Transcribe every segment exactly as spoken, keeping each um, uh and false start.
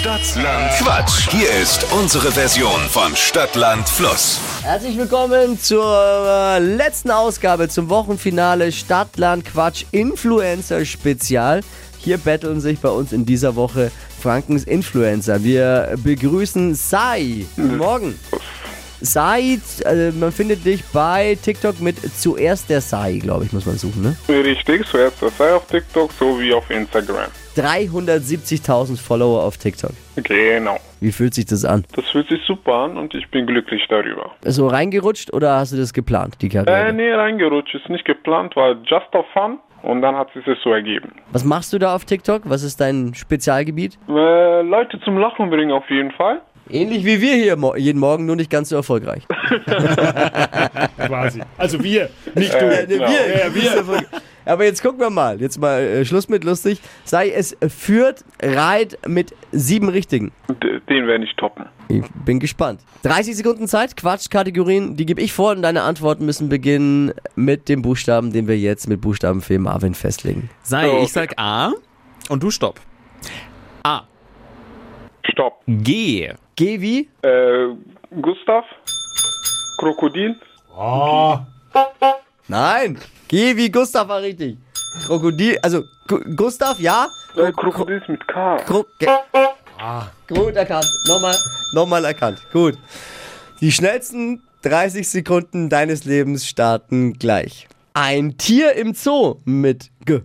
Stadtland Quatsch. Hier ist unsere Version von Stadtland Fluss. Herzlich willkommen zur letzten Ausgabe zum Wochenfinale Stadtland Quatsch Influencer Spezial. Hier betteln sich bei uns in dieser Woche Frankens Influencer. Wir begrüßen Sai. Guten Morgen. Sai, also man findet dich bei TikTok mit zuerst der Sai, glaube ich, muss man suchen, ne? Richtig, zuerst der Sai auf TikTok sowie auf Instagram. dreihundertsiebzigtausend Follower auf TikTok. Genau. Wie fühlt sich das an? Das fühlt sich super an und ich bin glücklich darüber. So reingerutscht oder hast du das geplant, die Karriere? Äh, nee, reingerutscht. Ist nicht geplant, war just for fun und dann hat es sich so ergeben. Was machst du da auf TikTok? Was ist dein Spezialgebiet? Äh, Leute zum Lachen bringen auf jeden Fall. Ähnlich wie wir hier mo- jeden Morgen, nur nicht ganz so erfolgreich. Quasi. Also wir, nicht du. Äh, genau. Wir, Ja, wir. Aber jetzt gucken wir mal, jetzt mal äh, Schluss mit lustig. Sei es führt Reit mit sieben Richtigen. D- Den werde ich toppen. Ich bin gespannt. dreißig Sekunden Zeit, Quatschkategorien, die gebe ich vor und deine Antworten müssen beginnen mit dem Buchstaben, den wir jetzt mit Buchstabenfee Marvin festlegen. Sei, Okay. ich sag A und du stopp. A. Stopp. G. Geh wie? Äh, Gustav? Krokodil? Oh, Nein. Geh wie Gustav war richtig. Krokodil, also Gu- Gustav, ja? Äh, Krokodil ist mit K. Kro- Ge- Gut erkannt. Nochmal, nochmal erkannt. Gut. Die schnellsten dreißig Sekunden deines Lebens starten gleich. Ein Tier im Zoo mit G.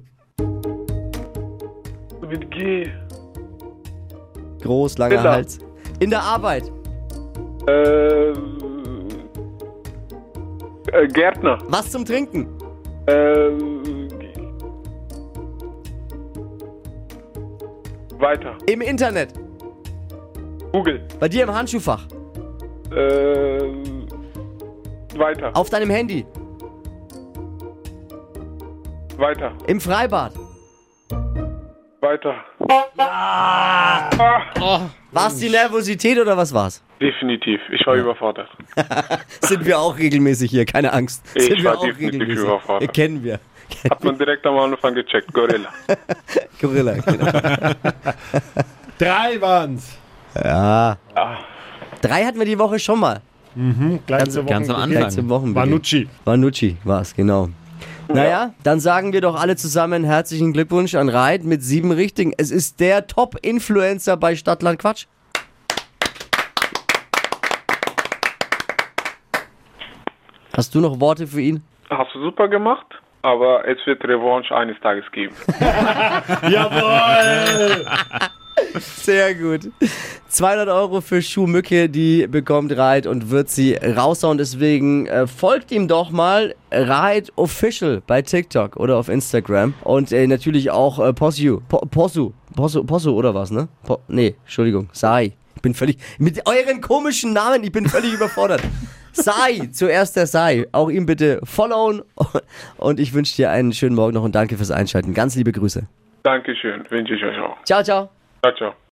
Mit G. Groß, langer Bitte. Hals. In der Arbeit. Äh, äh, Gärtner. Was zum Trinken. Äh, weiter. Im Internet. Google. Bei dir im Handschuhfach. Äh, weiter. Auf deinem Handy. Weiter. Im Freibad. Weiter. War es die Nervosität oder was war's? Definitiv. Ich war überfordert. Sind wir auch regelmäßig hier, keine Angst. Ich Sind wir war auch definitiv regelmäßig. überfordert. Kennen wir. Hat man direkt am Anfang gecheckt. Gorilla. Gorilla, genau. drei waren's. Ja. Ah, Drei hatten wir die Woche schon mal. Gleich Ganz- zur ganz am Wochenbeginn. Anfang. Gleich zum Wochenbeginn. Vanucci. Vanucci war es, genau. Naja, dann sagen wir doch alle zusammen herzlichen Glückwunsch an Reit mit sieben Richtigen. Es ist der Top-Influencer bei Stadtland Quatsch. Hast du noch Worte für ihn? hast du super gemacht, aber es wird Revanche eines Tages geben. Jawohl! Sehr gut. zweihundert Euro für Schuhmücke, die bekommt Reit und wird sie raushauen. Deswegen äh, folgt ihm doch mal Reit Official bei TikTok oder auf Instagram. Und äh, natürlich auch äh, Possu. Po, Possu. Possu. Possu oder was, ne? Po, nee, Entschuldigung. Sai. Ich bin völlig... Mit euren komischen Namen, ich bin völlig überfordert. Sai, zuerst der Sai. Auch ihm bitte followen. Und ich wünsche dir einen schönen Morgen noch und danke fürs Einschalten. Ganz liebe Grüße. Dankeschön, wünsche ich euch auch. Ciao, ciao. Ciao, ciao.